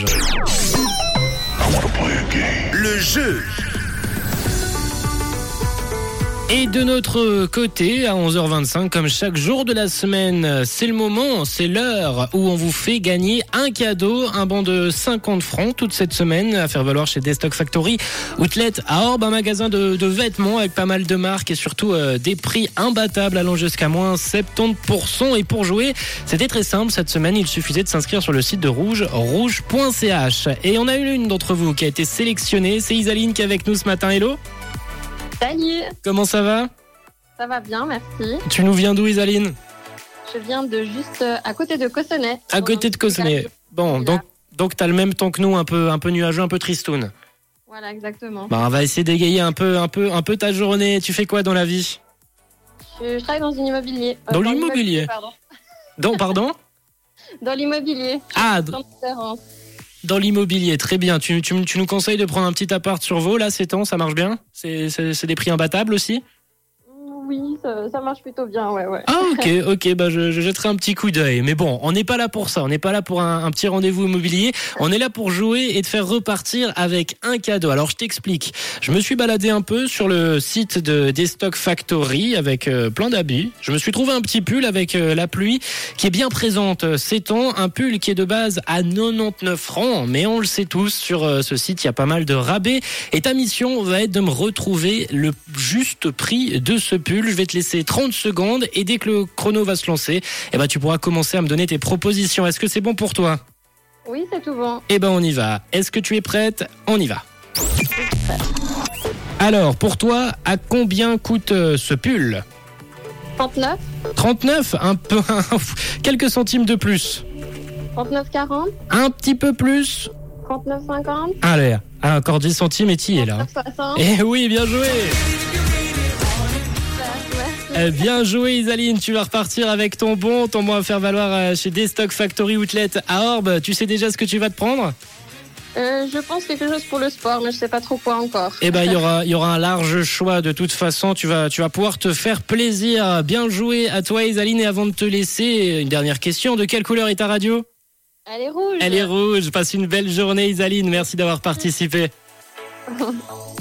Le jeu. Et de notre côté, à 11h25, comme chaque jour de la semaine, c'est le moment, c'est l'heure où on vous fait gagner un cadeau, un bon de 50 francs toute cette semaine à faire valoir chez Destock Factory Outlet à Orbe, un magasin de vêtements avec pas mal de marques et surtout des prix imbattables allant jusqu'à moins 70%. Et pour jouer, c'était très simple cette semaine, il suffisait de s'inscrire sur le site de Rouge, rouge.ch. Et on a une d'entre vous qui a été sélectionnée, c'est Isaline qui est avec nous ce matin. Hello. Salut. Comment ça va? Ça va bien, merci. Tu nous viens d'où, Isaline? Je viens de juste à côté de Cossonay. À côté de Cossonay. Bon, donc t'as le même temps que nous, un peu nuageux, un peu tristoun. Voilà, exactement. Bah, on va essayer d'égayer un peu ta journée. Tu fais quoi dans la vie? Je travaille dans un immobilier. Dans l'immobilier. Pardon. Pardon? Dans l'immobilier. Ah, dans l'immobilier, très bien. Tu nous conseilles de prendre un petit appart sur Vaud, là, ces temps, ça marche bien? C'est des prix imbattables aussi? Oui, ça marche plutôt bien, ouais. Ah, ok, bah je jetterai un petit coup d'œil. Mais bon, on n'est pas là pour ça, on n'est pas là pour un petit rendez-vous immobilier, on est là pour jouer et de faire repartir avec un cadeau. Alors je t'explique, je me suis baladé un peu sur le site de Destock Factory avec plein d'habits. Je me suis trouvé un petit pull avec la pluie qui est bien présente ces temps, un pull qui est de base à 99 francs, mais on le sait tous, sur ce site il y a pas mal de rabais et ta mission va être de me retrouver le juste prix de ce pull. Je vais te laisser 30 secondes et dès que le chrono va se lancer, tu pourras commencer à me donner tes propositions. Est-ce que c'est bon pour toi? Oui, c'est tout bon. On y va. Est-ce que tu es prête? On y va. Alors, pour toi, à combien coûte ce pull? 39. 39? Un peu, quelques centimes de plus. 39,40. Un petit peu plus. 39,50. Allez, encore 10 centimes et t'y es là. 39,60. Eh oui, bien joué. Bien joué Isaline, tu vas repartir avec ton bon à faire valoir chez Destock Factory Outlet à Orbe. Tu sais déjà ce que tu vas te prendre? Je pense quelque chose pour le sport, mais je sais pas trop quoi encore. Il y aura un large choix de toute façon. Tu vas pouvoir te faire plaisir. Bien joué à toi Isaline. Et avant de te laisser, une dernière question. De quelle couleur est ta radio? Elle est rouge. Elle est rouge. Passe une belle journée Isaline. Merci d'avoir participé.